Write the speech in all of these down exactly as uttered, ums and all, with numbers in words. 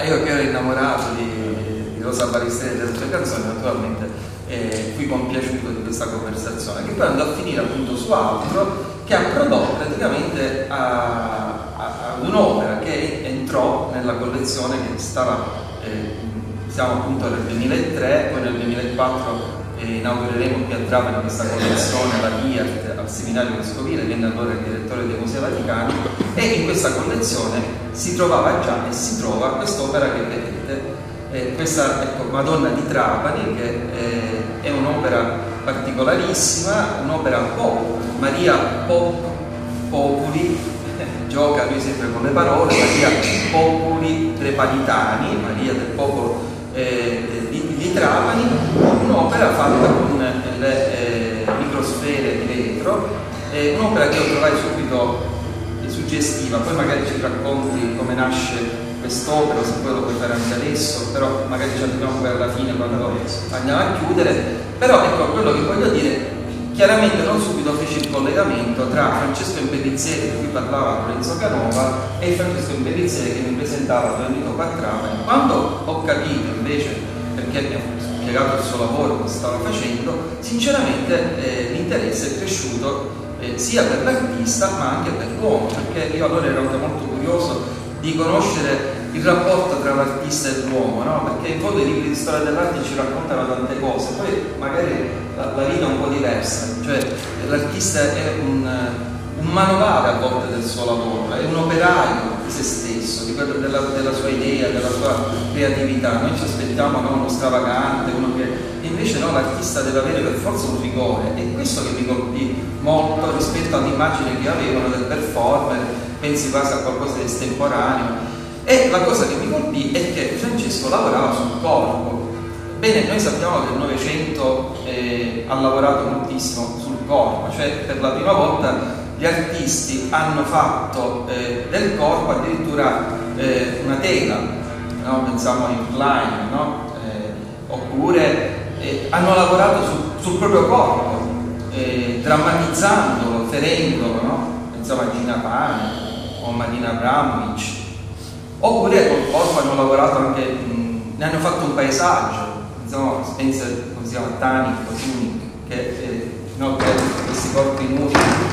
io che ero innamorato di, di Rosa Baristelli e delle sue canzoni, naturalmente eh, fui compiaciuto di questa conversazione, che poi andò a finire appunto su altro, che ha prodotto praticamente ad un'opera che entrò nella collezione che stava, eh, siamo appunto nel duemilatré, poi nel duemilaquattro eh, inaugureremo qui a Trapani questa collezione, la D I A R T, al seminario vescovile, venne allora il direttore dei Musei Vaticani, e in questa collezione si trovava già e si trova quest'opera che vedete, eh, questa ecco, Madonna di Trapani, che eh, è un'opera particolarissima, un'opera pop, Maria Pop, Populi, eh, gioca lui sempre con le parole, Maria Populi Trepanitani, Maria del popolo eh, di, di Trapani, un'opera fatta con le eh, microsfere di vetro, eh, un'opera che io trovai subito suggestiva. Poi magari ci racconti come nasce quest'opera, se poi lo puoi fare anche adesso, però magari ci andiamo poi alla fine quando andiamo a chiudere. Però ecco, quello che voglio dire, chiaramente non subito feci il collegamento tra Francesco Impellizzeri, di cui parlava Lorenzo Canova, e Francesco Impellizzeri che mi presentava Domenico Quattrapani. Quando ho capito invece, perché mi ha spiegato il suo lavoro, cosa stava facendo, sinceramente eh, l'interesse è cresciuto eh, sia per l'artista ma anche per l'uomo, perché io allora ero anche molto curioso di conoscere il rapporto tra l'artista e l'uomo, no? Perché in fondo i libri di storia dell'arte ci raccontano tante cose, poi magari la, la vita è un po' diversa, cioè l'artista è un, un manovale a volte del suo lavoro, è un operaio di se stesso, di quello, della, della sua idea, della sua creatività. Noi ci aspettiamo no, uno stravagante, uno che invece no, l'artista deve avere per forza un rigore, e questo che mi colpì molto rispetto all'immagine che avevano del performer, pensi quasi a qualcosa di estemporaneo. E la cosa che mi colpì è che Francesco lavorava sul corpo. Bene, noi sappiamo che il Novecento eh, ha lavorato moltissimo sul corpo, cioè per la prima volta gli artisti hanno fatto eh, del corpo addirittura eh, una tela, no? Pensiamo a Klein, no? eh, oppure eh, hanno lavorato su, sul proprio corpo, eh, drammatizzandolo, ferendolo, no? Pensiamo a Gina Pane o Marina Abramovic. Oppure col corpo hanno lavorato anche, mh, ne hanno fatto un paesaggio, insomma, Spencer, come si chiama, Tanic, Tunic, che, eh, no, che questi corpi nudi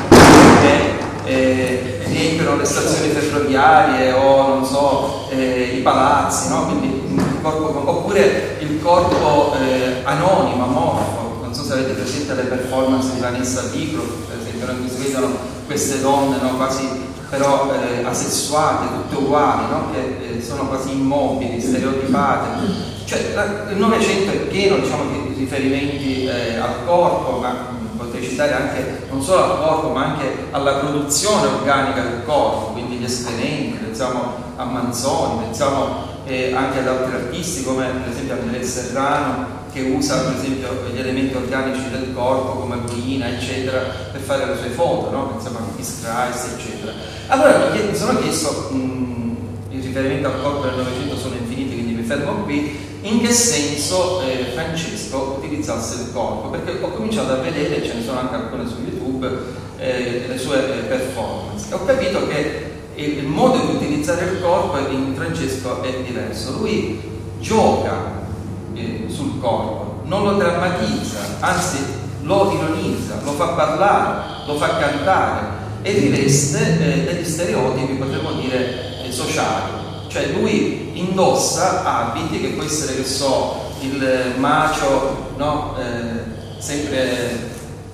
che eh, riempiono le stazioni ferroviarie o non so, eh, i palazzi, no? Quindi, il corpo, oppure il corpo eh, anonimo, amorfo, non so se avete presente le performance di Vanessa Vicro, per esempio, in cui si vedono queste donne no, quasi però eh, asessuate, tutte uguali, no? Che eh, sono quasi immobili, stereotipate. Cioè la, il Novecento è pieno diciamo, di riferimenti eh, al corpo, ma mh, potrei citare anche non solo al corpo, ma anche alla produzione organica del corpo, quindi gli esponenti, pensiamo a Manzoni, pensiamo eh, anche ad altri artisti come per esempio Andrea Serrano, che usa per esempio gli elementi organici del corpo come l'urina eccetera per fare le sue foto, no? Pensiamo a Kiss Christ eccetera. Allora mi sono chiesto, mh, i riferimenti al corpo del Novecento sono infiniti quindi mi fermo qui, in che senso eh, Francesco utilizzasse il corpo, perché ho cominciato a vedere, ce ne sono anche alcune su YouTube, eh, le sue eh, performance, e ho capito che il, il modo di utilizzare il corpo in Francesco è diverso. Lui gioca Eh, sul corpo, non lo drammatizza, anzi lo ironizza, lo fa parlare, lo fa cantare e riveste eh, degli stereotipi, potremmo dire, eh, sociali. Cioè lui indossa abiti che può essere, che so, il macio, no? eh, sempre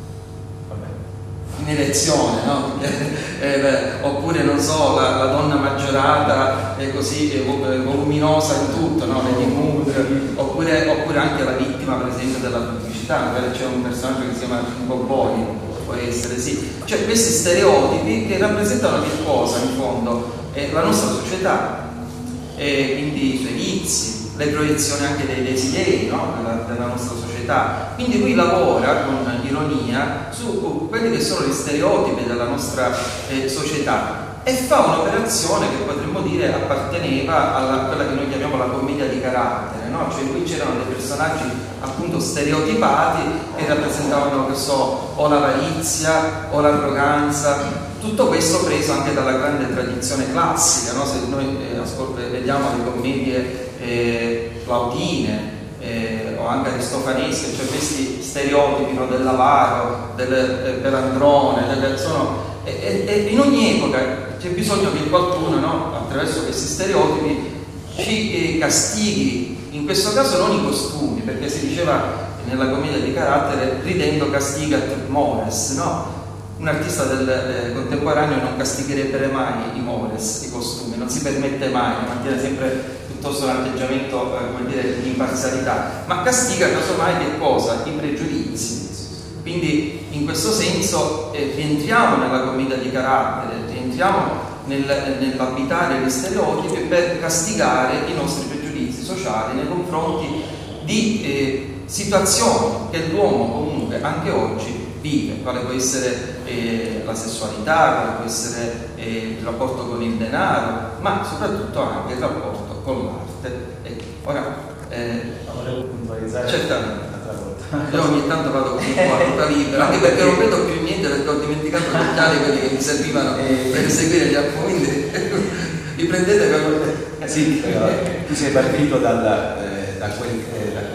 in erezione, no? eh, oppure non so, la, la donna maggiorata è così eh, voluminosa in tutto, no? Lady Moore, oppure, oppure anche la vittima per esempio della pubblicità, magari c'è un personaggio che si chiama Boboi, può essere sì, cioè questi stereotipi che rappresentano che cosa in fondo? Eh, la nostra società, eh, quindi i suoi vizi, le proiezioni anche dei desideri no? della, della nostra società. Quindi lui lavora con ironia su quelli che sono gli stereotipi della nostra eh, società e fa un'operazione che potremmo dire apparteneva a quella che noi chiamiamo la commedia di carattere, no? Cioè qui c'erano dei personaggi appunto stereotipati che rappresentavano, che so, o l'avarizia o l'arroganza, tutto questo preso anche dalla grande tradizione classica, no? Se noi eh, vediamo le commedie eh, plautine eh, o anche aristofanesche, cioè questi stereotipi, no? Del Lavaro, del eh, Pelandrone, del, sono, e, e, e in ogni epoca c'è bisogno che qualcuno, no? Attraverso questi stereotipi ci eh, castighi, in questo caso non i costumi, perché si diceva nella commedia di carattere ridendo castigat mores, no? Un artista del eh, contemporaneo non castigherebbe mai i mores, i costumi, non si permette mai, mantiene sempre piuttosto un atteggiamento eh, come dire, di imparzialità, ma castiga casomai che cosa? I pregiudizi. Quindi in questo senso eh, rientriamo nella commedia di carattere, rientriamo nel, nell'abitare gli stereotipi per castigare i nostri pregiudizi sociali nei confronti di eh, situazioni che l'uomo comunque anche oggi vive, quale può essere eh, la sessualità, quale può essere eh, il rapporto con il denaro, ma soprattutto anche il rapporto con l'arte. E ora, eh, volevo puntualizzare certamente. Io ogni tanto vado con un po' a ruota libera, anche perché non vedo più niente, perché ho dimenticato gli occhiali, quelli che mi servivano per seguire gli appunti. Li prendete per... Eh sì, però, tu sei partito dal, eh, da quel, eh, da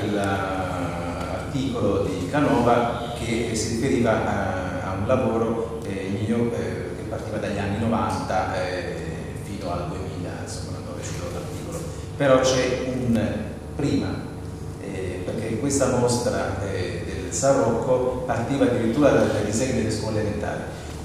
quell'articolo di Canova che si riferiva a, a un lavoro eh, mio eh, che partiva dagli anni novanta eh, fino al duemila, insomma, dove è uscito l'articolo. Però c'è un prima, perché questa mostra eh, del San Rocco partiva addirittura dai disegni delle scuole elementari,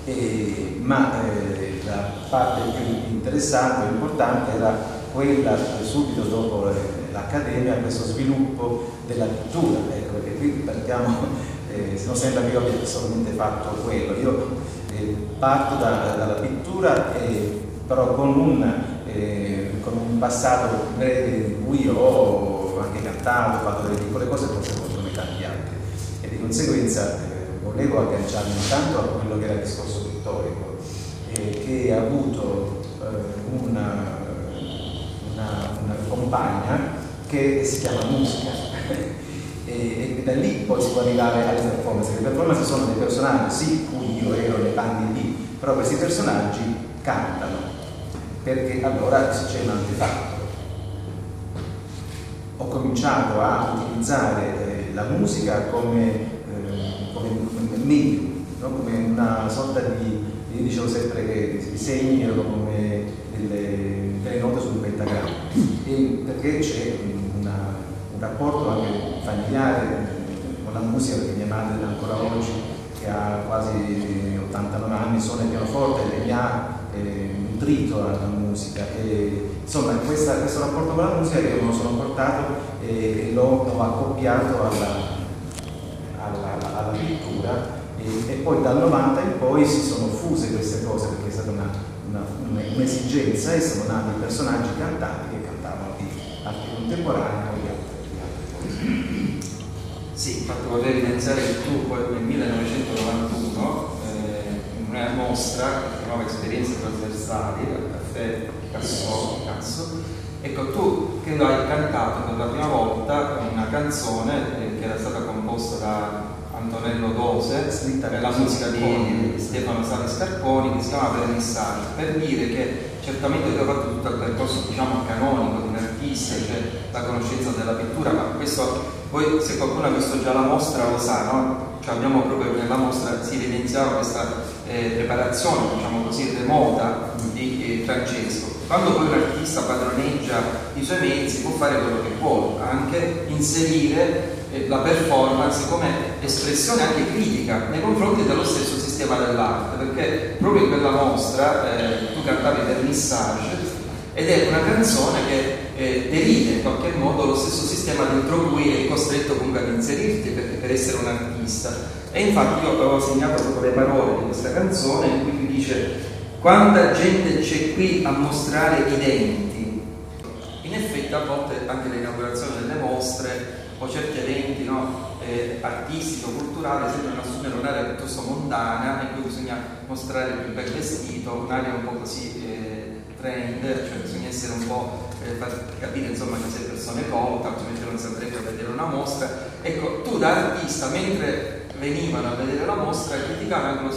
eh, ma eh, la parte più interessante e importante era quella eh, subito dopo eh, l'Accademia, questo sviluppo della pittura, ecco, perché qui partiamo, eh, se non sembra che io abbia solamente fatto quello, io eh, parto da, dalla pittura, eh, però con un, eh, con un passato breve in cui ho anche cantato, fatto delle piccole cose, forse come tanti altri, e di conseguenza eh, volevo agganciarmi intanto a quello che era il discorso pittorico, eh, che ha avuto eh, una, una, una compagna che si chiama musica e, e da lì poi si può arrivare alle performance. Le performance sono dei personaggi, sì, cui io ero nei panni lì, però questi personaggi cantano, perché allora c'è un antefatto. Ho cominciato a utilizzare eh, la musica come, eh, come, come medium, no? Come una sorta di, io dicevo sempre che i segni erano come delle, delle note su un pentagramma, e perché c'è una, un rapporto anche familiare con la musica, perché mia madre ancora oggi, che ha quasi ottantanove anni, suona il pianoforte e mi ha eh, nutrito alla musica. E, insomma, questa, questo rapporto con la musica che io me lo sono portato e l'ho accoppiato alla, alla, alla pittura, e, e poi dal novanta in poi si sono fuse queste cose, perché è stata una, una, un'esigenza, e sono nati personaggi cantanti che cantavano di arte contemporanea o di altre cose. Sì, infatti vorrei evidenziare che tu poi nel millenovecentonovantuno eh, in una mostra che si chiamava Esperienze trasversali al caffè Casso, Casso, ecco, tu credo hai cantato per la prima volta una canzone eh, che era stata composta da Antonello Dose per la musica di Stefano Sale Scarponi, che si chiama Vernissage, per dire che certamente tu hai fatto tutto il percorso, diciamo, canonico di un artista, cioè la conoscenza della pittura, ma questo poi, se qualcuno ha visto già la mostra lo sa, no? Cioè abbiamo proprio nella mostra si evidenziava questa eh, preparazione, diciamo così, remota di eh, Francesco. Quando poi un artista padroneggia i suoi mezzi può fare quello che vuole, anche inserire eh, la performance come espressione anche critica nei confronti dello stesso sistema dell'arte, perché proprio in quella mostra eh, tu cantavi Vernissage, ed è una canzone che eh, deride in qualche modo lo stesso sistema dentro cui eri costretto comunque ad inserirti per, per essere un artista. E infatti io avevo segnato proprio le parole di questa canzone in cui ti dice: quanta gente c'è qui a mostrare i denti. In effetti a volte anche l'inaugurazione delle mostre o certi eventi, no, eh, artistici o culturali sembrano assumere un'area piuttosto mondana in cui bisogna mostrare il più bel vestito, un'area un po' così eh, trend, cioè bisogna essere un po' eh, far capire insomma che sei persone colte, altrimenti non si andrebbe a vedere una mostra. Ecco, tu da artista, mentre venivano a vedere la mostra, criticavi anche lo stesso sistema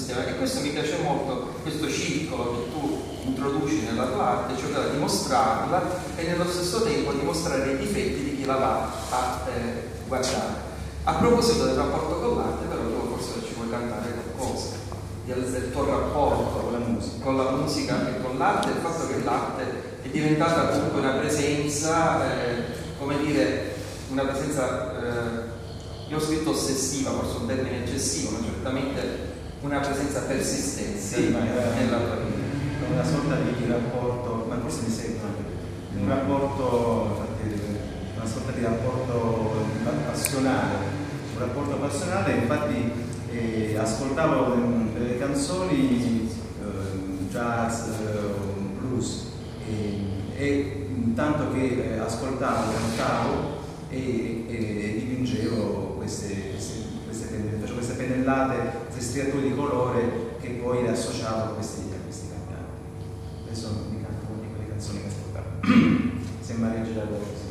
insieme. E questo mi piace molto, questo circolo che tu introduci nella tua arte, cioè quella di mostrarla e nello stesso tempo di mostrare i difetti di chi la va a eh, guardare. A proposito del rapporto con l'arte, però tu forse ci vuoi cantare qualcosa del tuo rapporto con la musica, con la musica e con l'arte, il fatto che l'arte è diventata comunque una presenza, eh, come dire, una presenza, eh, io ho scritto ossessiva, forse un termine eccessivo, ma certamente una presenza persistente sì, ma nella tua vita. Una sorta di rapporto, ma forse mi seguono anche, un rapporto, infatti, una sorta di rapporto passionale, un rapporto passionale, infatti eh, ascoltavo delle canzoni eh, jazz, eh, blues, e, e tanto che eh, ascoltavo, cantavo e, e, e dipingevo queste, queste, queste, pennellate, queste pennellate, queste striature di colore che poi associavo a questi, a questi cantanti. Adesso mi canto una di quelle canzoni che ascoltavo. Sembra reggere così.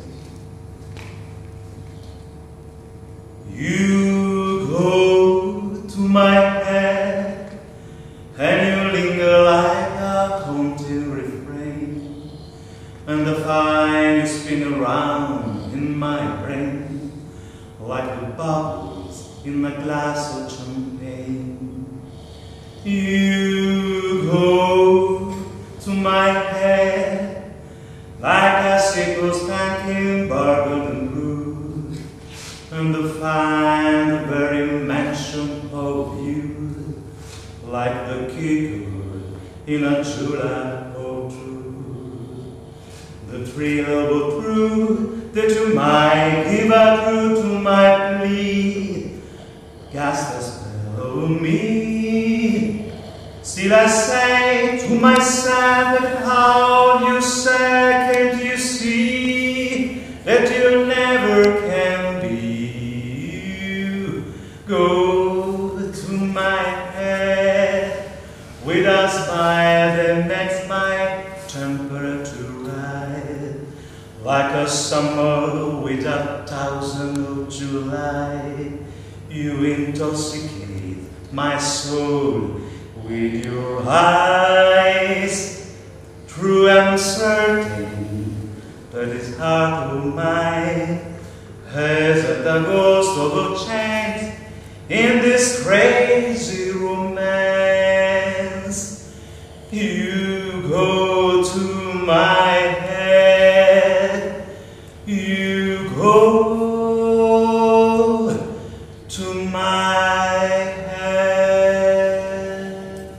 You go to my head and you linger like a haunted refrain, and the fire you spin around in my brain like the bubbles in a glass of champagne. You go to my head like a sickle spanking bargain and blue, and the find the very mention of you like the kicker in a julep or two. The thrill of truth that you might give a truth to my plea cast a spell over me. Still I say to myself that how you say, can't you see that you never can be. You go to my head with a smile that makes my temperature rise like a summer with a thousand of July. You intoxicate my soul with your eyes. True and certain that this heart of mine has the ghost of a chance in this crazy romance. You go to my head, you go to my head.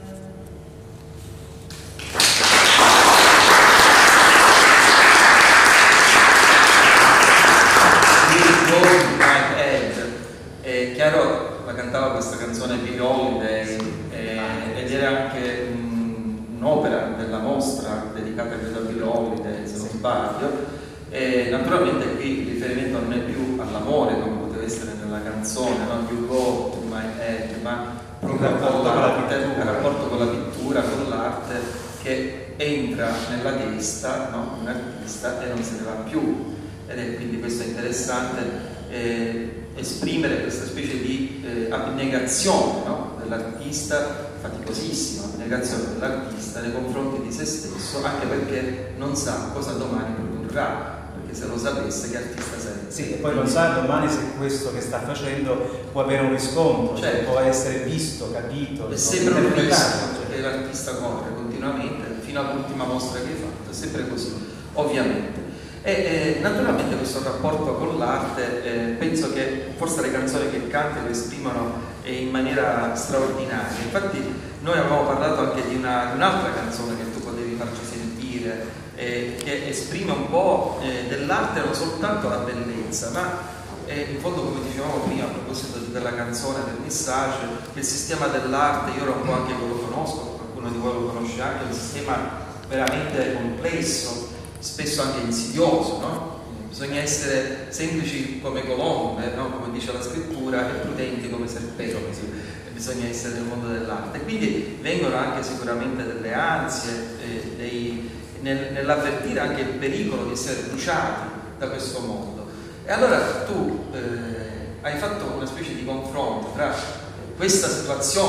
You go to my head. È chiaro, la cantava questa canzone Billie Holiday ed era anche um, un'opera della mostra dedicata a Billie Holiday, se non sbaglio. E naturalmente qui il riferimento non è più all'amore come poteva essere nella canzone, no? You go to my head, ma proprio con l'arte, il rapporto con la pittura, con l'arte che entra nella testa, no? Un artista, e non se ne va più. Ed è quindi questo è interessante, eh, esprimere questa specie di eh, abnegazione, no? Dell'artista, faticosissima abnegazione dell'artista nei confronti di se stesso, anche perché non sa cosa domani produrrà. Se lo sapesse che artista sarebbe. Sì, e poi non sa domani se questo che sta facendo può avere un riscontro, certo, cioè può essere visto, capito. È sempre un rischio, perché l'artista corre continuamente fino all'ultima mostra che hai fatto, è sempre così, ovviamente. E eh, naturalmente questo rapporto con l'arte, eh, penso che forse le canzoni che canti lo esprimono eh, in maniera straordinaria. Infatti noi avevamo parlato anche di, una, di un'altra canzone che tu potevi farci sentire, Eh, che esprime un po' eh, dell'arte, non soltanto la bellezza, ma eh, in fondo, come dicevamo prima a proposito della canzone, del messaggio, che il sistema dell'arte, io un po' anche lo conosco, qualcuno di voi lo conosce anche, è un sistema veramente complesso, spesso anche insidioso, no? Bisogna essere semplici come colombe, no? Come dice la scrittura, e prudenti come serpenti, bisogna essere nel mondo dell'arte. Quindi vengono anche sicuramente delle ansie, eh, dei Nel, nell'avvertire anche il pericolo di essere bruciati da questo mondo. E allora tu eh, hai fatto una specie di confronto tra questa situazione, diciamo,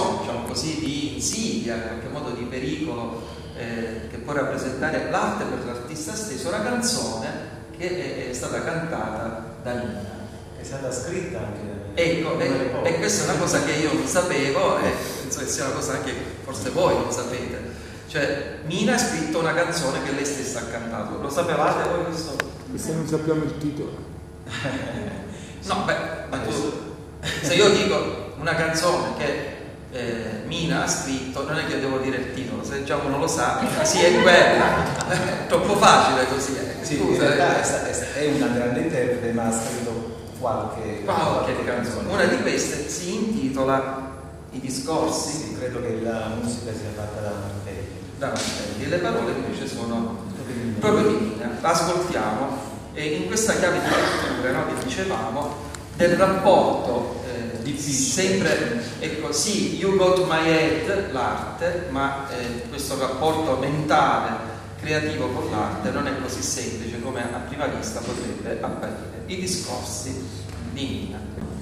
così di insidia, in qualche modo di pericolo eh, che può rappresentare l'arte per l'artista stesso, una canzone che è, è stata cantata da Nina. È stata scritta anche da Nina. Ecco, e, e questa è una cosa che io non sapevo e penso che sia una cosa anche che forse voi non sapete. Cioè, Mina ha scritto una canzone che lei stessa ha cantato. Lo sapevate voi questo? Questa non sappiamo il titolo. No, beh, ma tu, se io dico una canzone che eh, Mina ha scritto, non è che devo dire il titolo, se già uno lo sa, sì, è quella. È troppo facile così. Eh. Sì, Scusa, in realtà è, è una grande interprete, ma ha scritto qualche, qualche canzone. Una di queste si intitola I discorsi. Sì, credo che la musica sia fatta da Mantelli. Da Mantelli. E le parole invece sono proprio di Nina. La ascoltiamo e in questa chiave di lettura, no, che dicevamo, del rapporto eh, difficile. Sempre, ecco, sì, you go to my head, l'arte, ma eh, questo rapporto mentale, creativo con l'arte non è così semplice come a prima vista potrebbe apparire. I discorsi di Nina.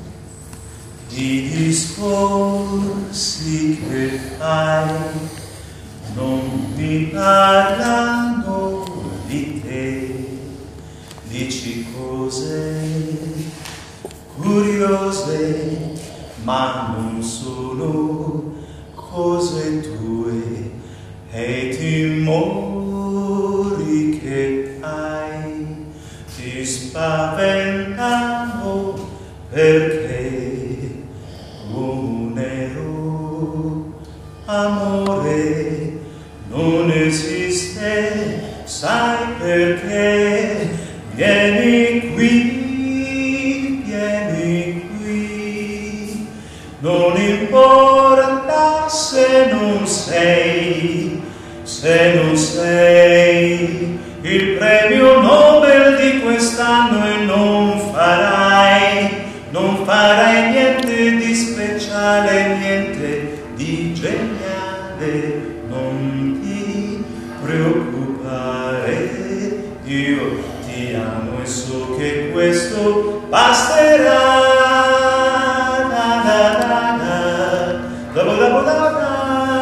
I discorsi che fai non mi parlano di te, dici cose curiose, ma non sono cose tue, e i timori che hai ti spaventano perché un nero amore non esiste, sai perché? Vieni qui, vieni qui, non importa se non sei, se non sei il premio Nobel di quest'anno e non farai, non farai niente di speciale, niente di geniale, non ti preoccupare, io ti amo e so che questo basterà. Da da da da, da da da da da.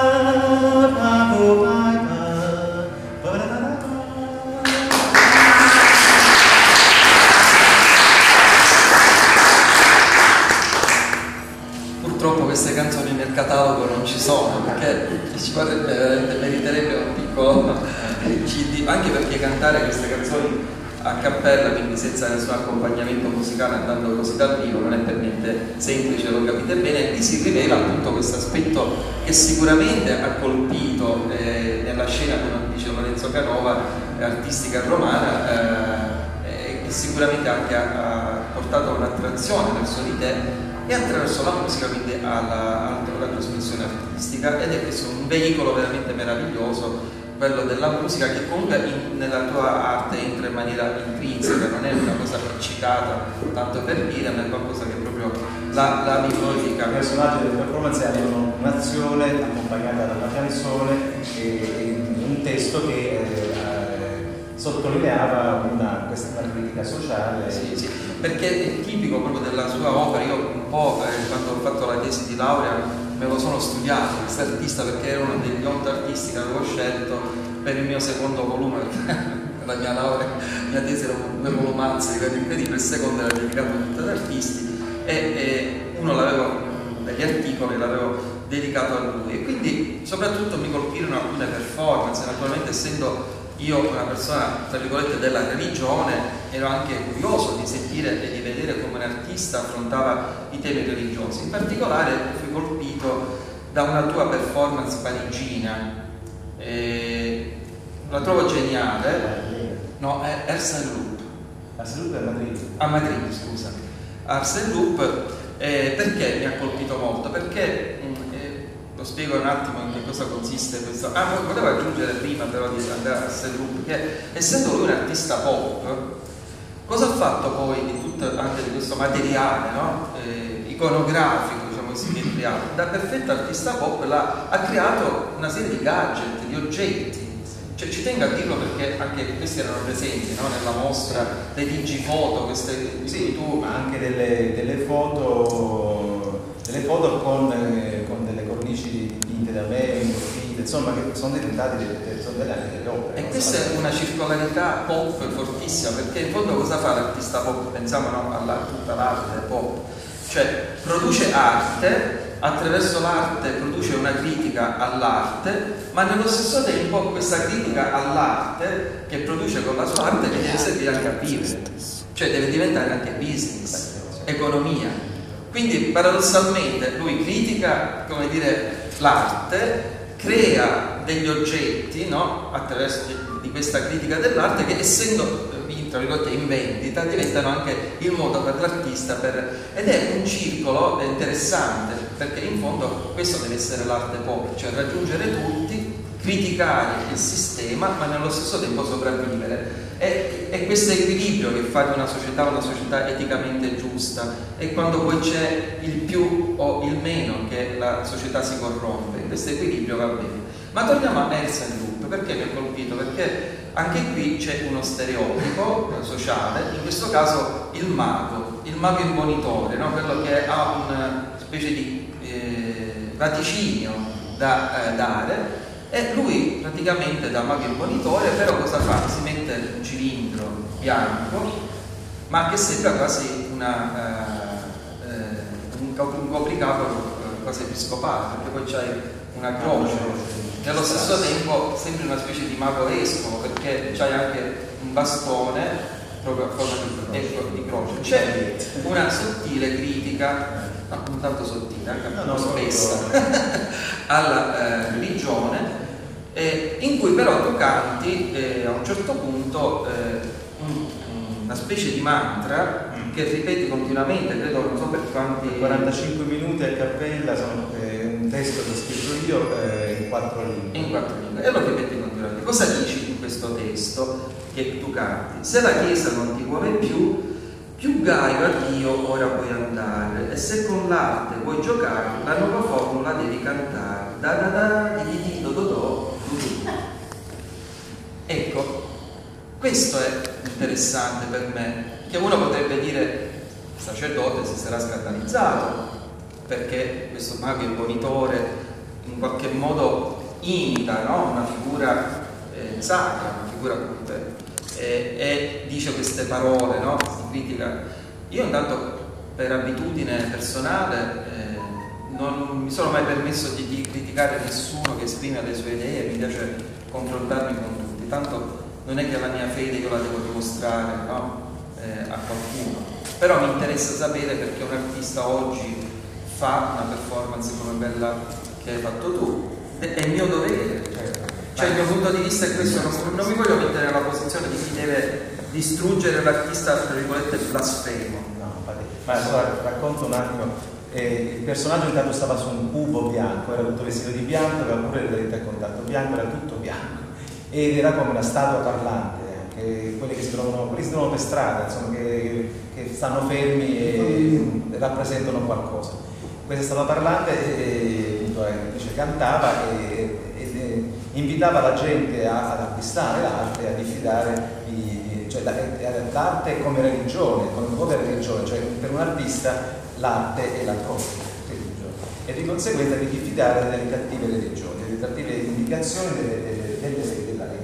Purtroppo queste canzoni nel catalogo non ci sono, perché ci vorrebbe, meriterebbe un piccolo C D, anche perché cantare queste canzoni a cappella, quindi senza nessun accompagnamento musicale, andando così dal vivo, non è per niente semplice, lo capite bene. Lì si rivela appunto questo aspetto che sicuramente ha colpito eh, nella scena, come dice Lorenzo Canova, artistica romana, eh, e sicuramente anche ha, ha portato un'attrazione verso di te e attraverso la musica, quindi alla, alla trasmissione artistica, ed è questo un veicolo veramente meraviglioso, quello della musica, che comunque in, nella tua arte entra in maniera intrinseca, non è una cosa appiccicata tanto per dire, ma è qualcosa che proprio la, la modifica. I personaggi delle performance avevano un'azione accompagnata da una canzone e, e un testo che eh, sottolineava una, questa una critica sociale. Sì, sì, perché è tipico proprio della sua opera. Io un po' eh, quando ho fatto la tesi di laurea me lo sono studiato, questo artista, perché era uno degli otto artisti che avevo scelto per il mio secondo volume. La mia laurea, la mia tesi era due volumazzi di quelli incredibili, il secondo era dedicato tutto ad artisti e, e uno l'avevo, degli articoli l'avevo dedicato a lui, e quindi soprattutto mi colpirono alcune performance. Naturalmente, essendo io una persona tra virgolette della religione, ero anche curioso di sentire e di vedere come un artista affrontava i temi religiosi. In particolare fui colpito da una tua performance parigina, eh, la trovo geniale. No, è Arsène Lupin. Arsène Lupin a Madrid. A Madrid, scusa. Arsène Lupin, eh, perché mi ha colpito molto? Perché mh, lo spiego un attimo in che cosa consiste questo. Ah, volevo aggiungere prima però di andare a Arsène Lupin, che essendo lui un artista pop, cosa ha fatto poi di tutto, anche di questo materiale, no? eh, iconografico, diciamo così, che ha creato? Da perfetto artista pop la, ha creato una serie di gadget, di oggetti. Cioè, ci tengo a dirlo perché anche questi erano presenti, no? Nella mostra, le digifoto, queste sì, tu, ma anche delle, delle foto, delle foto con, eh, con delle cornici unici dipinte da me, dipinte, insomma, che sono diventati delle, sono delle, delle opere. E questa è una circolarità pop fortissima, perché in fondo cosa fa l'artista pop? Pensiamo, no, alla tutta l'arte pop, cioè produce arte, attraverso l'arte produce una critica all'arte, ma nello stesso tempo questa critica all'arte che produce con la sua arte che deve servire anche a vivere, cioè deve diventare anche business, economia. Quindi paradossalmente lui critica, come dire, l'arte, crea degli oggetti, no? Attraverso di questa critica dell'arte che, essendo tra virgolette in vendita, diventano anche il modo per l'artista per... ed è un circolo interessante, perché in fondo questo deve essere l'arte pop, cioè raggiungere tutti, criticare il sistema ma nello stesso tempo sopravvivere. È, è questo equilibrio che fa di una società una società eticamente giusta, e quando poi c'è il più o il meno che la società si corrompe, questo equilibrio va bene. Ma torniamo a Ernst Rupp, perché mi ha colpito? Perché anche qui c'è uno stereotipo sociale, in questo caso il mago, il mago imbonitore, no? Quello che ha una specie di eh, vaticinio da eh, dare, e lui praticamente da mago imbonitore però cosa fa? Si mette un cilindro bianco, ma che sembra quasi una, eh, eh, un, un copricapo eh, quasi episcopale, perché poi c'hai una croce. Nello stesso tempo sembra una specie di mago vescovo, perché c'hai anche un bastone proprio a forma di, ecco, di croce. C'è una sottile critica, no, non tanto sottile, anche un po' spessa, alla eh, religione, eh, in cui però tu canti eh, a un certo punto eh, un, una specie di mantra che ripeti continuamente, credo, non so per quanti... quarantacinque minuti a cappella, sono eh, un testo che ho scritto io eh, in quattro lingue. In quattro lingue. E lo ripeti continuamente. Cosa dici in questo testo che tu canti? Se la Chiesa non ti vuole più, più gaio a Dio ora puoi andare, e se con l'arte vuoi giocare, la nuova formula devi cantare. Da da da, di di do do do, du du. Ecco, questo è interessante per me, che uno potrebbe dire il sacerdote si sarà scandalizzato perché questo mago imbonitore in qualche modo imita, no? Una figura eh, sacra, una figura comunque eh, e dice queste parole, no? Si critica. Io intanto per abitudine personale eh, non mi sono mai permesso di, di criticare nessuno che esprime le sue idee, mi piace confrontarmi con tutti, tanto non è che la mia fede io la devo dimostrare, no? Eh, a qualcuno, però mi interessa sapere perché un artista oggi fa una performance come quella che hai fatto tu, è, è il mio dovere, cioè il mio punto di vista è questo, non, non mi voglio mettere nella posizione di chi deve distruggere l'artista tra virgolette blasfemo. No, ma allora, racconto un attimo, eh, il personaggio intanto stava su un cubo bianco, era tutto vestito di bianco, aveva pure le dita a contatto bianco, era tutto bianco ed era come una statua parlante. Che quelli che si trovano, quelli si trovano per strada, insomma, che, che stanno fermi e rappresentano qualcosa. Questa statua parlante e, invece cantava e, e, e invitava la gente a, ad acquistare l'arte, a diffidare i, cioè, l'arte come religione, come propria religione, cioè per un artista l'arte è la propria religione e di conseguenza di diffidare delle cattive religioni, delle cattive indicazioni delle, delle, delle, della religione.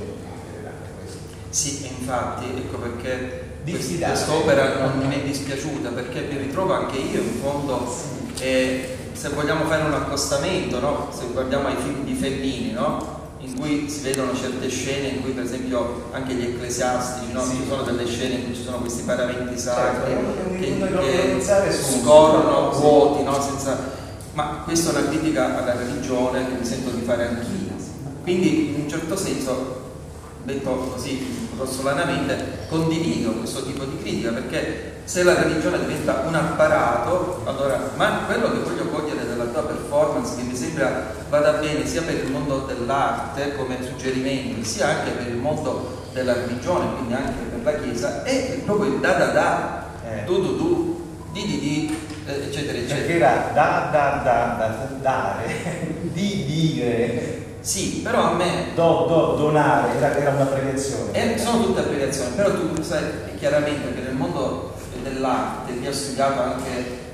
Sì, infatti, ecco perché quest'opera non mi è dispiaciuta, perché mi ritrovo anche io in fondo, eh, se vogliamo fare un accostamento, no? Se guardiamo ai film di Fellini, no? In cui si vedono certe scene in cui per esempio anche gli ecclesiastici, no? Ci sono delle scene in cui ci sono questi paraventi sacri che, che scorrono vuoti, no? Senza... ma questa è una critica alla religione che mi sento di fare anch'io, quindi in un certo senso, detto così grossolanamente, condivido questo tipo di critica, perché se la religione diventa un apparato, allora, ma quello che voglio cogliere dalla tua performance, che mi sembra vada bene sia per il mondo dell'arte come suggerimento, sia anche per il mondo della religione, quindi anche per la Chiesa, è proprio il da da da, eh. du du du, di di di, eccetera eccetera. Perché era da da da da dare, di dire. Sì, però a me... Do, do, donare, era, era una abbreviazione. Eh, sono tutte abbreviazioni, però tu sai chiaramente che nel mondo dell'arte, chi ha studiato anche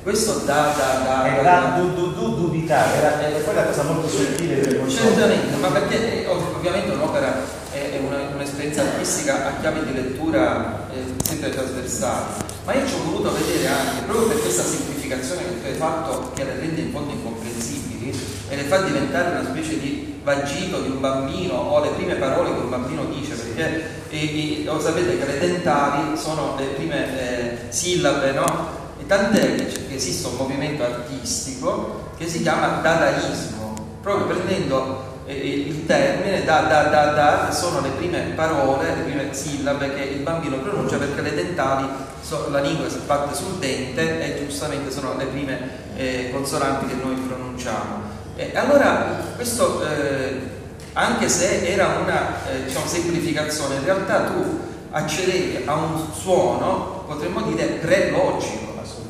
questo da da da, e da du, du, du, dubitare, era, era poi una cosa molto sottile per il certamente, ma perché ovviamente un'opera è un'esperienza artistica a chiave di lettura eh, sempre trasversale, ma io ci ho voluto vedere anche, proprio per questa semplificazione che tu hai fatto, che le rende in fondo incomprensibili e le fa diventare una specie di vagito di un bambino, o le prime parole che un bambino dice, perché e, e, lo sapete che le dentali sono le prime eh, sillabe, no? E tant'è che esiste un movimento artistico che si chiama dadaismo, proprio prendendo eh, il termine da da da da, che sono le prime parole, le prime sillabe che il bambino pronuncia, perché le dentali, so, la lingua si batte sul dente e giustamente sono le prime eh, consonanti che noi pronunciamo. E allora questo, eh, anche se era una eh, diciamo, semplificazione, in realtà tu accedevi a un suono, potremmo dire, pre-logico.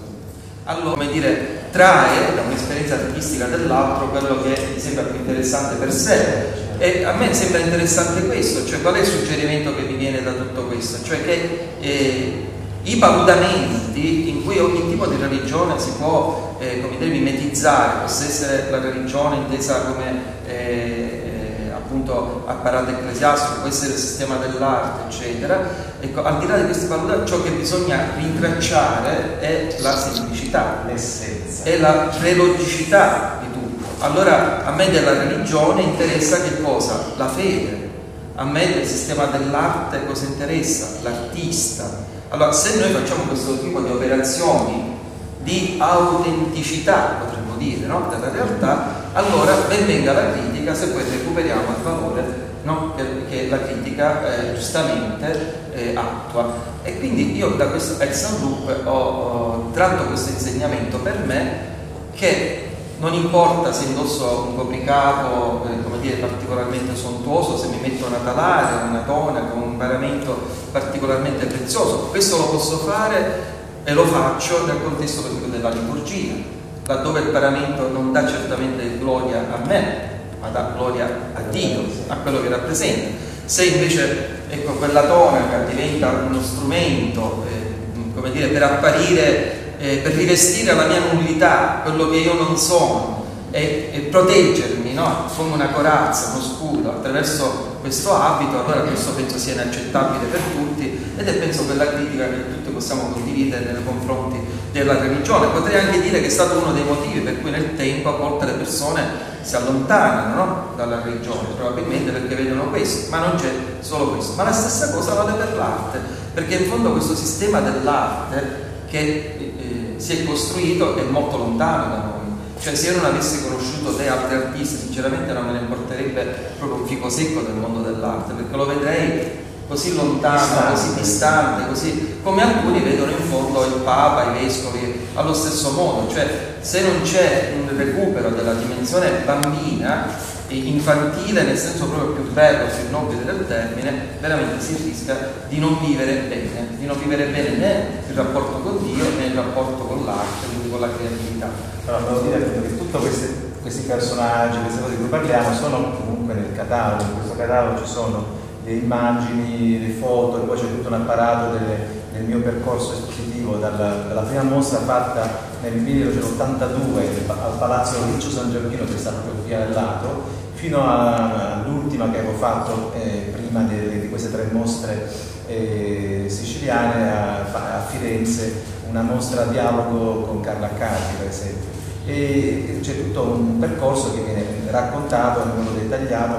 Allora, come dire, trae da un'esperienza artistica dell'altro quello che mi sembra più interessante per sé. E a me sembra interessante questo, cioè qual è il suggerimento che mi viene da tutto questo? Cioè che eh, i paludamenti in cui ogni tipo di religione si può eh, come dire, mimetizzare, possa essere la religione intesa come eh, appunto apparato ecclesiastico, può essere il sistema dell'arte, eccetera. Ecco, al di là di questi paludamenti, ciò che bisogna rintracciare è la semplicità, l'essenza, è la prelogicità di tutto. Allora a me della religione interessa che cosa? La fede. A me del sistema dell'arte cosa interessa? L'artista. Allora, se noi facciamo questo tipo di operazioni di autenticità, potremmo dire, no? della realtà, allora ben venga la critica se poi recuperiamo il valore, no? che, che la critica eh, giustamente eh, attua. E quindi io da questo Edson Loop ho, ho tratto questo insegnamento per me, che non importa se indosso un copricapo eh, come dire, particolarmente sontuoso, se mi metto una talare, una tonaca, un paramento particolarmente prezioso, questo lo posso fare e lo faccio nel contesto della liturgia, laddove il paramento non dà certamente gloria a me, ma dà gloria a Dio, a quello che rappresenta. Se invece ecco, quella tonaca diventa uno strumento eh, come dire, per apparire, eh, per rivestire la mia nullità, quello che io non sono, e, e proteggermi, no? come una corazza, uno scudo attraverso questo abito, allora questo penso sia inaccettabile per tutti, ed è penso quella critica che tutti possiamo condividere nei confronti della religione. Potrei anche dire che è stato uno dei motivi per cui nel tempo a volte le persone si allontanano, no? dalla religione, probabilmente perché vedono questo, ma non c'è solo questo. Ma la stessa cosa vale per l'arte, perché in fondo questo sistema dell'arte che eh, si è costruito è molto lontano da noi. Cioè, se io non avessi conosciuto te e altri artisti, sinceramente non me ne importerebbe proprio un fico secco del mondo dell'arte, perché lo vedrei così lontano, distante. così distante, così come alcuni vedono in fondo il Papa, i vescovi, allo stesso modo. Cioè, se non c'è un recupero della dimensione bambina, infantile, nel senso proprio più bello, più nobile del termine, veramente si rischia di non vivere bene, di non vivere bene né il rapporto con Dio né il rapporto con l'arte, quindi con la creatività. Allora, devo dire che tutti questi personaggi, queste cose di cui parliamo, sono comunque nel catalogo. In questo catalogo ci sono le immagini, le foto, e poi c'è tutto un apparato delle, del mio percorso espositivo dalla, dalla prima mostra fatta nel millenovecentottantadue al Palazzo Riccio San Giorgino, che sta proprio qui al lato, fino all'ultima che avevo fatto eh, prima di, di queste tre mostre eh, siciliane a, a Firenze, una mostra a dialogo con Carla Accardi, per esempio. E c'è tutto un percorso che viene raccontato in modo dettagliato,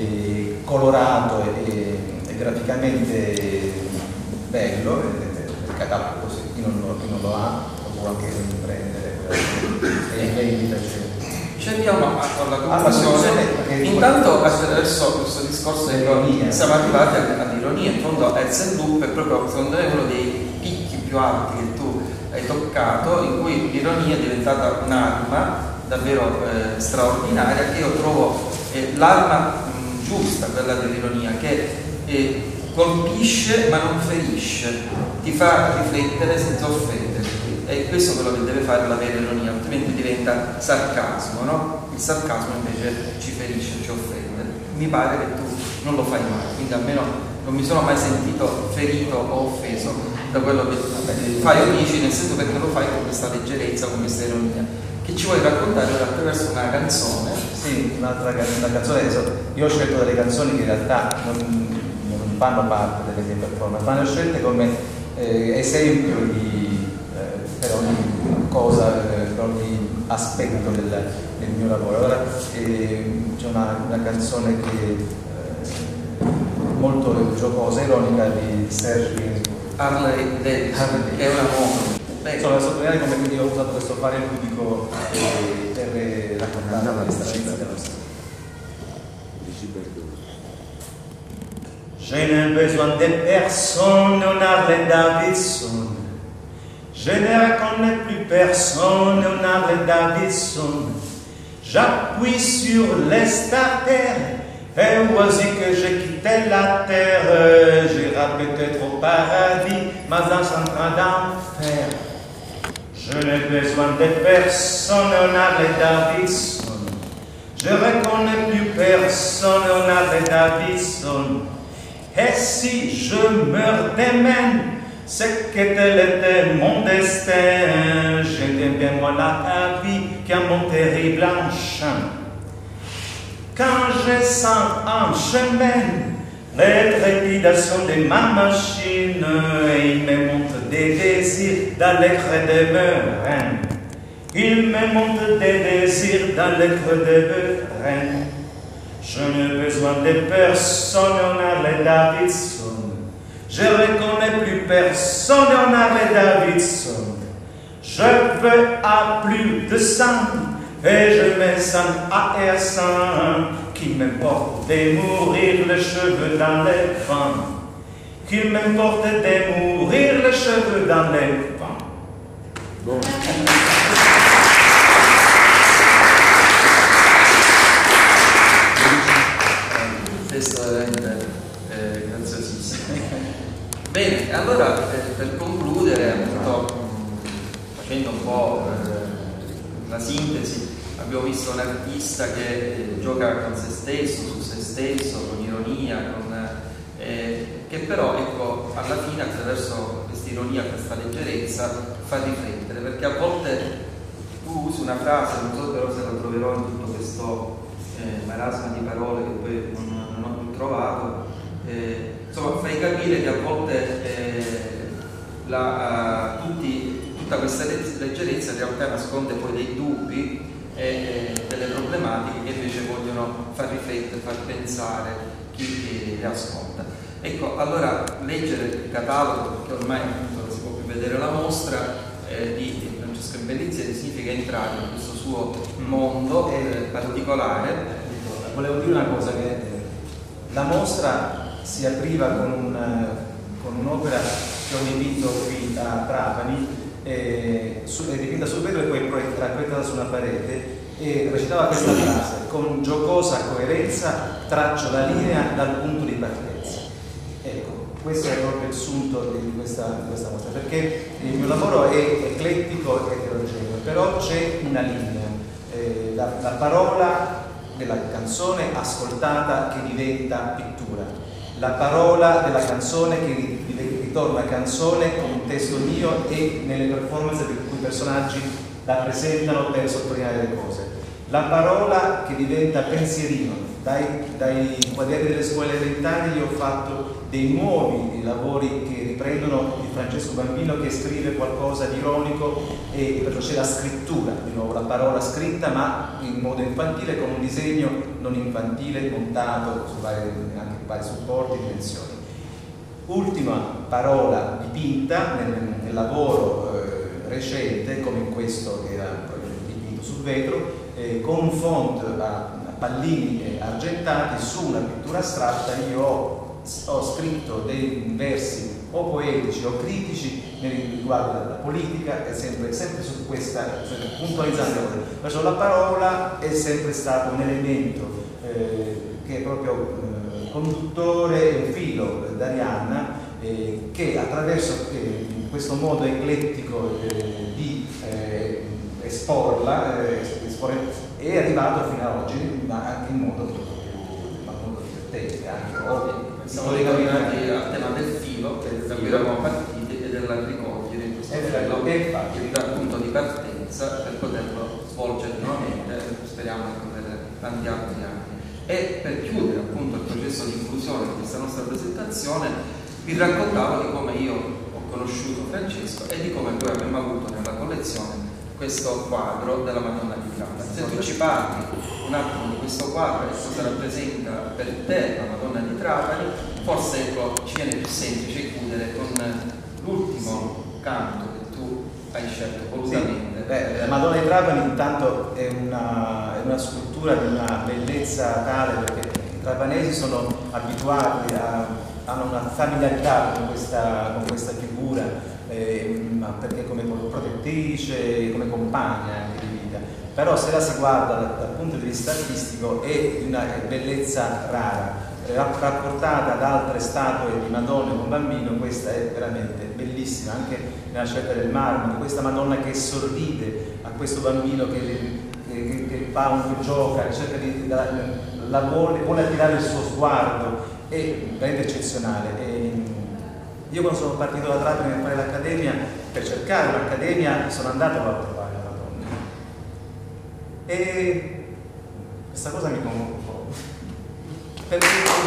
e colorato e, e, e graficamente bello. Il catalogo, così chi non lo, chi non lo ha lo può anche prendere e vendita. Ci arriviamo alla conclusione. Intanto attraverso questo discorso di siamo arrivati all'ironia. In fondo Edson Loop è proprio secondo me uno dei picchi più alti che tu hai toccato, in cui l'ironia è diventata un'arma davvero eh, straordinaria, che io trovo eh, l'arma mh, giusta, quella dell'ironia, che eh, colpisce ma non ferisce, ti fa riflettere senza offenderti. E questo è quello che deve fare la vera ironia, altrimenti diventa sarcasmo, no? Il sarcasmo invece ci ferisce, ci offende. Mi pare che tu non lo fai mai, quindi almeno non mi sono mai sentito ferito o offeso da quello che eh, fai o dici, nel senso perché lo fai con questa leggerezza, con questa ironia, che ci vuoi raccontare attraverso una canzone. Sì, un'altra una canzone. Io ho scelto delle canzoni che in realtà non, non fanno parte delle mie performance, ma le ho scelte come eh, esempio di, eh, per ogni cosa, eh, per ogni aspetto del, del mio lavoro. Allora eh, c'è una, una canzone che eh, molto giocosa, ironica, di Serge Harley Davidson, che è una moto. Insomma, sottolineare come quindi ho usato questo fare ludico eh, per eh, raccontare questa vita della nostra. Je n'ai besoin de personne, on Harley Davidson. Je ne reconnais plus personne, on Harley Davidson. J'appuie sur les starters, et voici que j'ai quitté la terre. J'irai peut-être au paradis, mais en train d'enfer. Je n'ai besoin de personne, on Harley Davidson. Je reconnais plus personne, on Harley Davidson. Et si je meurs demain, c'est que tel était mon destin. J'aime bien moi la vie qui a mon terrible enchaînement. Quand je sens en chemin les trépidations de ma machine, il me monte des désirs dans les creux de mes reins. Il me monte des désirs dans les creux de mes reins. Je n'ai besoin de personne, on Harley Davidson. Je ne reconnais plus personne, on Harley Davidson. Je veux à plus de sang, et je me sens ahérissant. Qu'il m'importe de mourir les cheveux dans les vents. Qu'il m'importe de mourir les cheveux dans les vents. Bon. Questo è veramente eh, graziosissimo. Bene, allora eh, per concludere, appunto, mh, facendo un po' eh, la sintesi, abbiamo visto un artista che eh, gioca con se stesso, su se stesso, con ironia, con, eh, che però ecco, alla fine attraverso questa ironia, questa leggerezza fa riflettere, perché a volte tu usi una frase, non so però se la troverò in tutto questo eh, marasma di parole che poi non, non ho più trovato, eh, insomma fai capire che a volte eh, la, uh, tutti, tutta questa leggerezza in realtà nasconde poi dei dubbi e delle problematiche che invece vogliono far riflettere, far pensare chi le ascolta. Ecco, allora leggere il catalogo, perché ormai non si può più vedere la mostra, eh, di Francesco Imbellizzi significa entrare in questo suo mondo eh, particolare. Volevo dire una cosa, che eh, la mostra si apriva con, un, con un'opera che ho dipinto qui a Trapani, Eh, su, è dipinta sul vetro e poi proiettata su una parete, e recitava questa frase: con giocosa coerenza traccio la linea dal punto di partenza. Ecco, questo è proprio il sunto di questa, di questa mostra, perché il mio lavoro è eclettico e eterogeneo, però c'è una linea, eh, la, la parola della canzone ascoltata che diventa pittura, la parola della canzone che ritorna canzone con un testo mio e nelle performance per cui i personaggi la presentano per sottolineare le cose, la parola che diventa pensierino. Dai, dai quaderni delle scuole elementari ho fatto dei nuovi lavori che riprendono di Francesco Bambino, che scrive qualcosa di ironico, e perciò c'è la scrittura, di nuovo la parola scritta ma in modo infantile, con un disegno non infantile montato su vari, anche vari supporti, dimensioni. Ultima parola dipinta nel, nel lavoro eh, recente, come in questo che era dipinto sul vetro, eh, con un font a, a pallini argentati su una pittura astratta. Io ho, ho scritto dei versi o poetici o critici nei riguardo della politica, e sempre, sempre su questa, cioè, puntualizzando. Perciò la parola è sempre stato un elemento eh, che è proprio conduttore, un filo d'Arianna, eh, che attraverso eh, questo modo eclettico eh, di eh, esporla eh, esporre, è arrivato fino ad oggi, ma anche in modo più, molto divertente, anche ovvio. Siamo ritornati al tema del filo, che da cui eravamo partiti, e della poterla ricogliere in questo Esatto, modo, e infatti. il punto di partenza per poterlo svolgere nuovamente, speriamo ecco, per tanti altri anni. E per chiudere appunto il processo di inclusione di questa nostra presentazione, vi raccontavo di come io ho conosciuto Francesco e di come poi abbiamo avuto nella collezione questo quadro della Madonna di Trapani. Se tu ci parli un attimo di questo quadro e cosa rappresenta per te la Madonna di Trapani, forse ecco, ci viene più semplice chiudere con l'ultimo canto che tu hai scelto volutamente. Sì. Beh, la Madonna di Trapani intanto è una, è una scultura di una bellezza tale, perché i trapanesi sono abituati a, hanno una familiarità con questa, con questa figura, eh, ma perché come protettrice, come compagna anche di vita. Però se la si guarda dal, dal punto di vista artistico è di una bellezza rara. Rapportata ad altre statue di Madonna con bambino, questa è veramente bellissima, anche nella scelta del marmo, questa Madonna che sorride a questo bambino che, che, che fa un che gioca, cerca di la, la vuole, vuole attirare il suo sguardo, è veramente eccezionale. E io quando sono partito da Trapani per fare l'accademia, per cercare un'accademia, sono andato a trovare la Madonna e questa cosa mi commuove un po'. Perché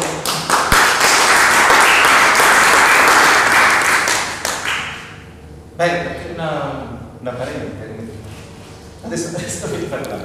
beh, perché una, una parente adesso, adesso mi parlare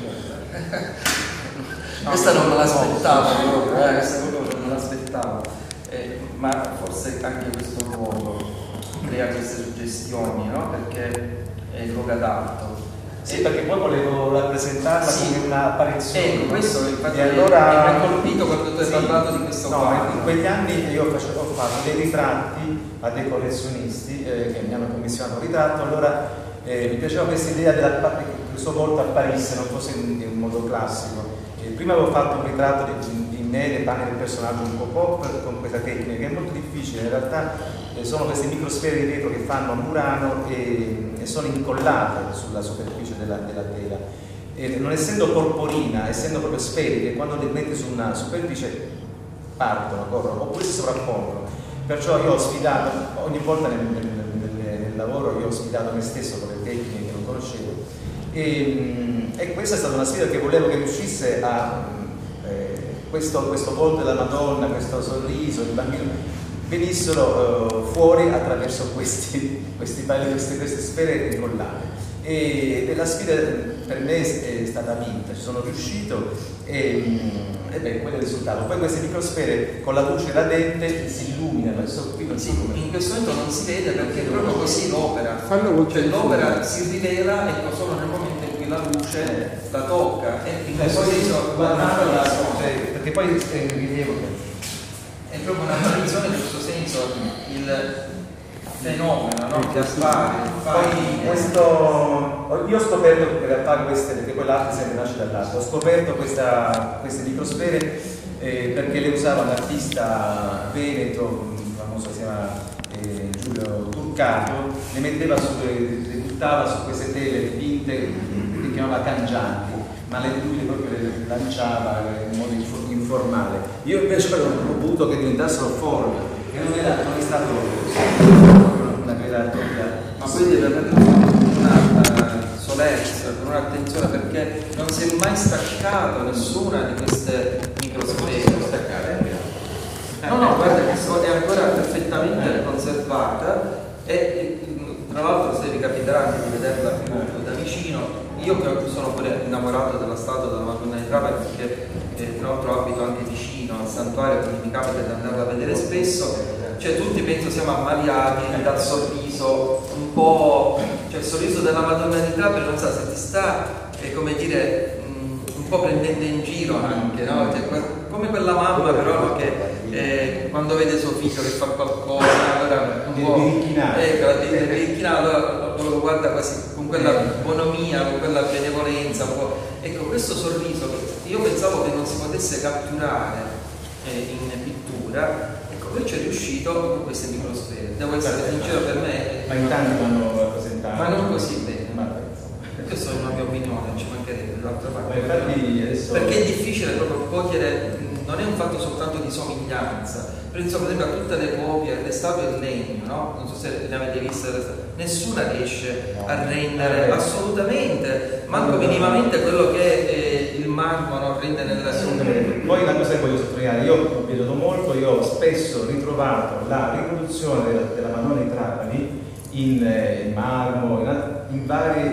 no, questa non me l'aspettavo proprio, eh, questa proprio non l'aspettavo, eh, ma forse anche questo luogo crea queste suggestioni, no? Perché è il luogo adatto. Sì, perché poi volevo rappresentarla sì. come un'apparizione. Ecco, questo infatti e allora... mi ha colpito quando tu hai sì. parlato di questo no, quadro. In quegli anni io facevo, ho fatto dei ritratti a dei collezionisti eh, che mi hanno commissionato un ritratto, allora eh, mi piaceva questa idea che il suo volto apparisse, non fosse in, in modo classico. Eh, prima avevo fatto un ritratto di, di me, le panne del personaggio un po' pop, con questa tecnica che è molto difficile, in realtà eh, sono queste microsfere di vetro che fanno a Murano e, e sono incollate sulla superficie della, della tela. E non essendo porporina, essendo proprio sferiche, quando le metti su una superficie partono, corrono, oppure si sovrappongono. Perciò io ho sfidato, ogni volta nel, nel, nel, nel lavoro io ho sfidato me stesso con le tecniche che non conoscevo. E, e questa è stata una sfida che volevo che riuscisse a eh, questo, questo volto della Madonna, questo sorriso, il bambino venissero uh, fuori attraverso questi, questi, queste, queste sfere incollate. E, e la sfida per me è stata vinta, ci sono riuscito e, e beh, quello è il risultato. Poi queste microsfere con la luce radente si illuminano, adesso qui non sì, so come. in questo momento non si vede perché è proprio così l'opera, cioè l'opera si rivela ecco, solo nel momento in cui la luce la tocca e in questo senso guardandola, cioè, perché poi è in rilievo. È proprio una apparizione in questo senso, il fenomeno no? che appare. Poi questo, io ho scoperto in realtà queste, perché poi l'arte sempre nasce dall'arte, ho scoperto questa, queste microsfere eh, perché le usava un artista veneto, famoso si chiama eh, Giulio Turcato, le metteva su, le buttava su queste tele dipinte che chiamava cangianti, ma le, lui proprio le lanciava in modo informale. Io invece ho voluto che diventassero forme, che non, era, non è stato una vera e propria. Ma poi deve avere una solerzia, un'attenzione perché non si è mai staccato nessuna di queste microsfere. No, no, guarda che è ancora perfettamente conservata e tra l'altro se vi capiterà anche di vederla più da vicino. Io che sono pure innamorato della statua della Madonna di Trapani perché eh, tra l'altro abito anche vicino al santuario, quindi mi capita di andarla a vedere spesso, cioè tutti penso siamo ammaliati dal sorriso un po', cioè il sorriso della Madonna di Trapani non so se ti sta, è come dire, mh, un po' prendendo in giro anche, no? Cioè, come quella mamma però che eh, quando vede suo figlio che fa qualcosa, allora un po' ecco, allora lo guarda quasi con quella bonomia, con quella benevolenza, un po'. Ecco, questo sorriso io pensavo che non si potesse catturare eh, in pittura, ecco, lui ci è riuscito con queste microsfere. Devo essere sincero, per me. Ma in tanti l'hanno rappresentato. Ma non così bene. Ma questa è una mia opinione, non ci mancherebbe d'altra parte. Infatti adesso... Perché è difficile proprio cogliere, non è un fatto soltanto di somiglianza, penso per esempio a tutte le copie, le statue in legno, no? Non so se ne avete viste, nessuna riesce a rendere assolutamente, manco minimamente quello che eh, il marmo non rende nella assolutamente. Poi una cosa che voglio sottolineare, io ho veduto molto, io ho spesso ritrovato la riproduzione della, della Madonna di Trapani in, eh, in marmo, in, in vari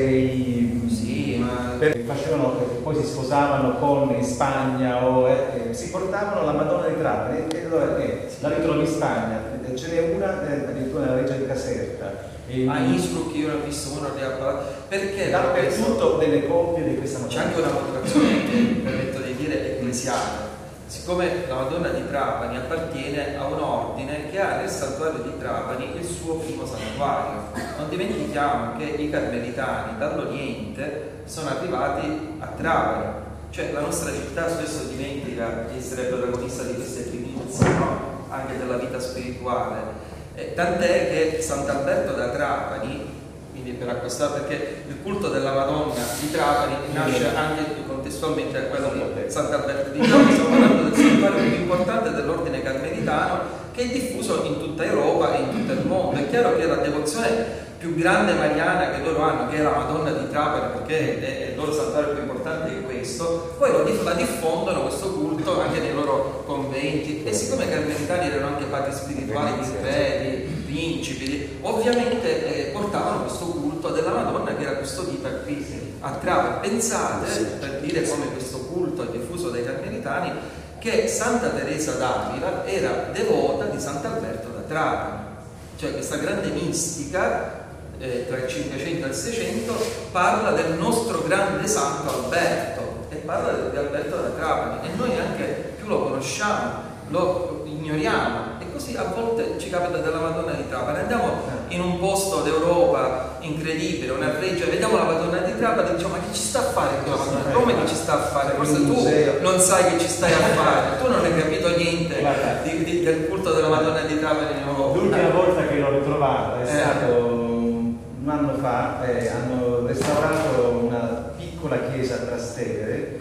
musei, sì, ma... perché facevano, poi si sposavano con in Spagna o eh, eh, si portavano la Madonna di Trapani e allora eh, la ritrovo in Spagna, ce n'è una eh, addirittura nella Reggia di Caserta. E a Innsbruck io l'ho visto, uno ne ha parlato, perché dappertutto delle copie di questa Madonna. C'è anche una motivazione che mi permetto di dire ecclesiale. Siccome la Madonna di Trapani appartiene a un ordine che ha nel santuario di Trapani il suo primo santuario. Non dimentichiamo che i carmelitani dall'Oriente sono arrivati a Trapani, cioè la nostra città spesso dimentica di essere protagonista di queste primizie, no? Anche della vita spirituale. Eh, tant'è che Sant'Alberto da Trapani, quindi per accostare, perché il culto della Madonna di Trapani nasce anche contestualmente a quello di Sant'Alberto di Trapani. Stiamo parlando del santuario più importante dell'ordine carmelitano, che è diffuso in tutta Europa e in tutto il mondo. È chiaro che la devozione più grande mariana che loro hanno, che è la Madonna di Trapani, perché è il loro santuario più importante è questo, poi lo, la diffondono questo culto anche nei loro conventi, e siccome i carmelitani erano anche padri spirituali di re, di principi, ovviamente eh, portavano questo culto della Madonna che era custodita qui a Trapani. Pensate, per dire come questo culto è diffuso dai carmelitani, che Santa Teresa d'Avila era devota di Sant'Alberto da Trapani, cioè questa grande mistica eh, tra il Cinquecento e il Seicento parla del nostro grande santo Alberto e parla di Alberto da Trapani, e noi anche più lo conosciamo, lo ignoriamo, e così a volte ci capita della Madonna di Trapani. Andiamo in un posto d'Europa incredibile, una reggia, vediamo la Madonna di Trapani e diciamo: ma che ci sta a fare qui la Madonna? Come che ci sta a fare? Forse tu non sai che ci stai a fare, tu non hai capito niente di, di, del culto della Madonna di Trapani in Europa. L'ultima volta che l'ho ritrovata è eh. stato un anno fa, eh, hanno restaurato una piccola chiesa a Trastevere,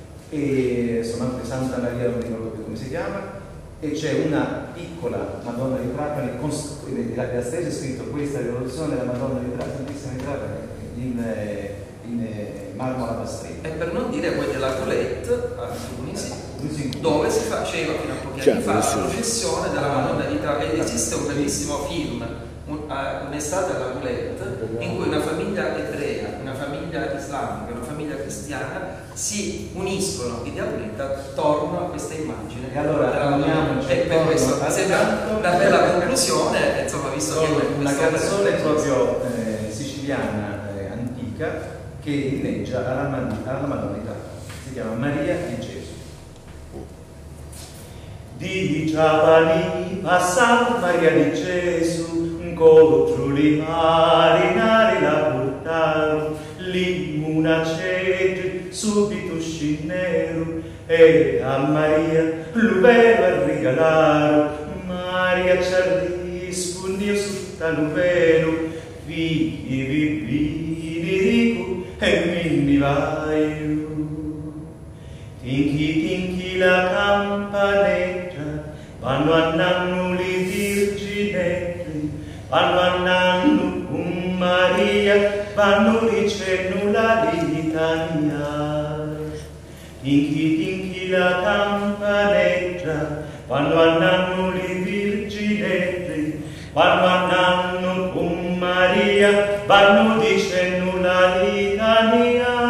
e insomma anche Santa Maria, non ricordo più come si chiama, e c'è una piccola Madonna di Trapani, la stessa è scritto: questa rivoluzione della Madonna di Trapani, Santissima di Trapani, in, in marmo alabastrino. E per non dire poi della Roulette a Tunisi, dove si faceva fino a pochi anni fa la processione della Madonna di Trapani. Esiste un bellissimo film, un, uh, un'estate alla Roulette, in cui una famiglia ebrea, una famiglia islamica, una famiglia cristiana si uniscono idealmente attorno a questa immagine. E allora e per questo sembra una bella conclusione, insomma, visto che una canzone proprio eh, siciliana eh, antica che inneggia alla, alla Madonna di Trapani, si chiama Maria di Gesù. Di Trapani passa Maria di Gesù, contro i marinari la portarono, l'immunacete subito scinero, e a Maria l'uvelo regalarono. Maria ci rispondì su taluvelo, vivi vivi rico e minni vai. Tinchi tinchi la campanetta, vanno andando le virginette, vanno andando con Maria, vanno dicendo la litania. Tinchi tinchi la campanetta, vanno andando le virginette, vanno andando con Maria, vanno dicendo la litania.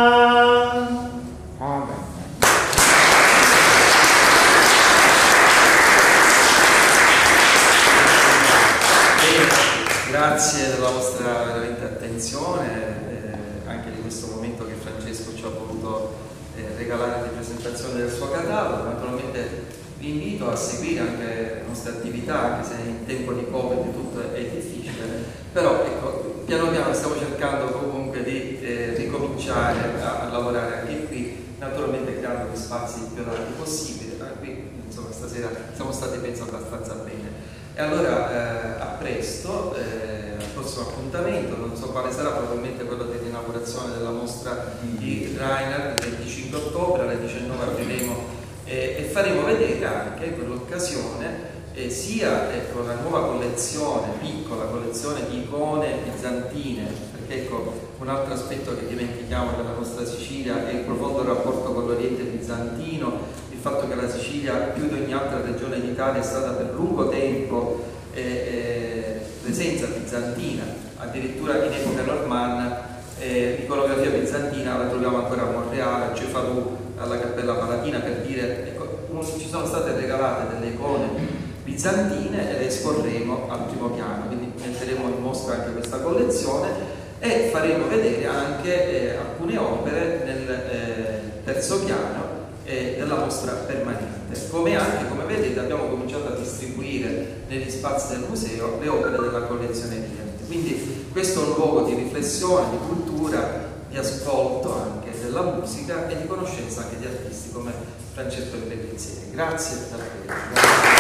Grazie della vostra veramente attenzione, eh, anche di questo momento che Francesco ci ha voluto eh, regalare di presentazione del suo catalogo. Naturalmente vi invito a seguire anche le nostre attività, anche se in tempo di Covid tutto è difficile, però ecco, piano piano stiamo cercando comunque di eh, ricominciare a, a lavorare anche qui, naturalmente creando gli spazi più adatti possibili. Ah, qui insomma stasera siamo stati penso abbastanza bene. E allora eh, a presto, eh, al prossimo appuntamento, non so quale sarà, probabilmente quello dell'inaugurazione della mostra di Rainer il venticinque ottobre, alle diciannove apriremo eh, e faremo vedere anche in quell'occasione eh, sia ecco, la nuova collezione, piccola collezione di icone bizantine, perché ecco, un altro aspetto che dimentichiamo della nostra Sicilia è il profondo rapporto con l'Oriente bizantino, il fatto che la Sicilia più di ogni altra regione d'Italia è stata per lungo tempo eh, eh, presenza bizantina, addirittura in epoca normanna. Eh, l'iconografia bizantina la troviamo ancora a Monreale, a Cefalù, alla Cappella Palatina, per dire, ecco, ci sono state regalate delle icone bizantine e le esporremo al primo piano, quindi metteremo in mostra anche questa collezione e faremo vedere anche eh, alcune opere nel eh, terzo piano eh, della mostra permanente, come anche, come vedete, abbiamo cominciato a distribuire negli spazi del museo le opere della collezione Vierte. Quindi questo è un luogo di riflessione, di cultura, di ascolto anche della musica e di conoscenza anche di artisti come Francesco Pellizieri. Grazie per la